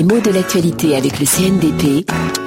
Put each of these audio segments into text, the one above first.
Les mots de l'actualité avec le CNDP.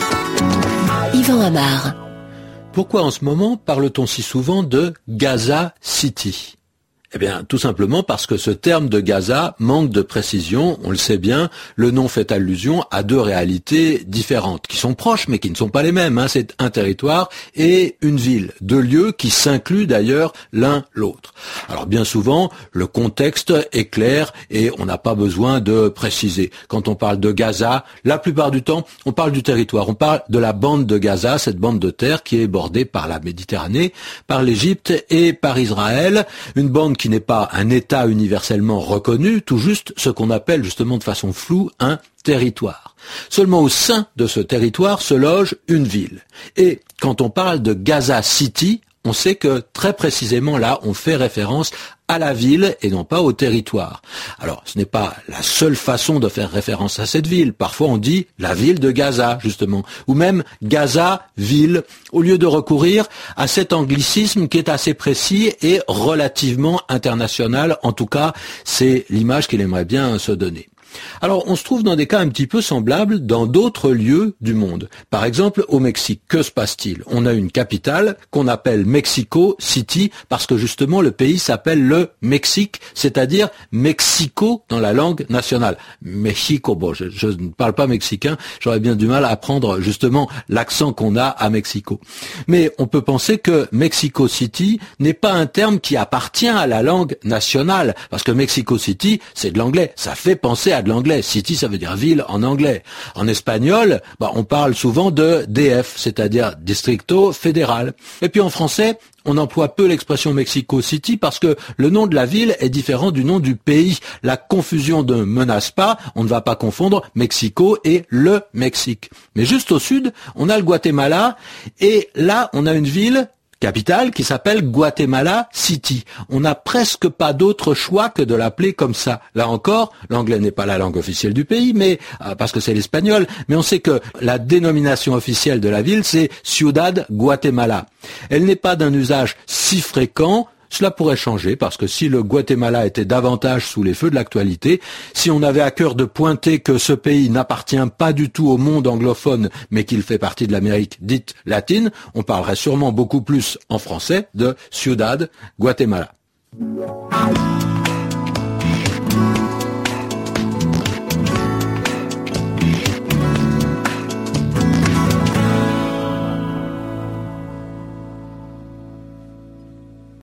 Yvan Amar. Pourquoi en ce moment parle-t-on si souvent de Gaza City ? Eh bien, tout simplement parce que ce terme de Gaza manque de précision. On le sait bien, le nom fait allusion à deux réalités différentes, qui sont proches mais qui ne sont pas les mêmes. C'est un territoire et une ville, deux lieux qui s'incluent d'ailleurs l'un l'autre. Alors bien souvent, le contexte est clair et on n'a pas besoin de préciser. Quand on parle de Gaza, la plupart du temps, on parle du territoire. On parle de la bande de Gaza, cette bande de terre qui est bordée par la Méditerranée, par l'Égypte et par Israël. Une bande qui n'est pas un État universellement reconnu, tout juste ce qu'on appelle justement de façon floue un territoire. Seulement au sein de ce territoire se loge une ville. Et quand on parle de Gaza City, on sait que très précisément là, on fait référence à la ville et non pas au territoire. Alors, ce n'est pas la seule façon de faire référence à cette ville. Parfois, on dit la ville de Gaza, justement, ou même Gaza, ville, au lieu de recourir à cet anglicisme qui est assez précis et relativement international. En tout cas, c'est l'image qu'il aimerait bien se donner. Alors, on se trouve dans des cas un petit peu semblables dans d'autres lieux du monde. Par exemple, au Mexique, que se passe-t-il ? On a une capitale qu'on appelle Mexico City parce que justement le pays s'appelle le Mexique, c'est-à-dire Mexico dans la langue nationale. Mexico, bon, je ne parle pas mexicain, j'aurais bien du mal à apprendre justement l'accent qu'on a à Mexico. Mais on peut penser que Mexico City n'est pas un terme qui appartient à la langue nationale parce que Mexico City, c'est de l'anglais, ça fait penser à de l'anglais. City, ça veut dire ville en anglais. En espagnol, on parle souvent de DF, c'est-à-dire Distrito Fédéral. Et puis en français, on emploie peu l'expression Mexico City parce que le nom de la ville est différent du nom du pays. La confusion ne menace pas, on ne va pas confondre Mexico et le Mexique. Mais juste au sud, on a le Guatemala et là, on a une ville capitale qui s'appelle Guatemala City. On n'a presque pas d'autre choix que de l'appeler comme ça. Là encore, l'anglais n'est pas la langue officielle du pays, mais parce que c'est l'espagnol, mais on sait que la dénomination officielle de la ville, c'est Ciudad Guatemala. Elle n'est pas d'un usage si fréquent. Cela pourrait changer parce que si le Guatemala était davantage sous les feux de l'actualité, si on avait à cœur de pointer que ce pays n'appartient pas du tout au monde anglophone mais qu'il fait partie de l'Amérique dite latine, on parlerait sûrement beaucoup plus en français de Ciudad Guatemala.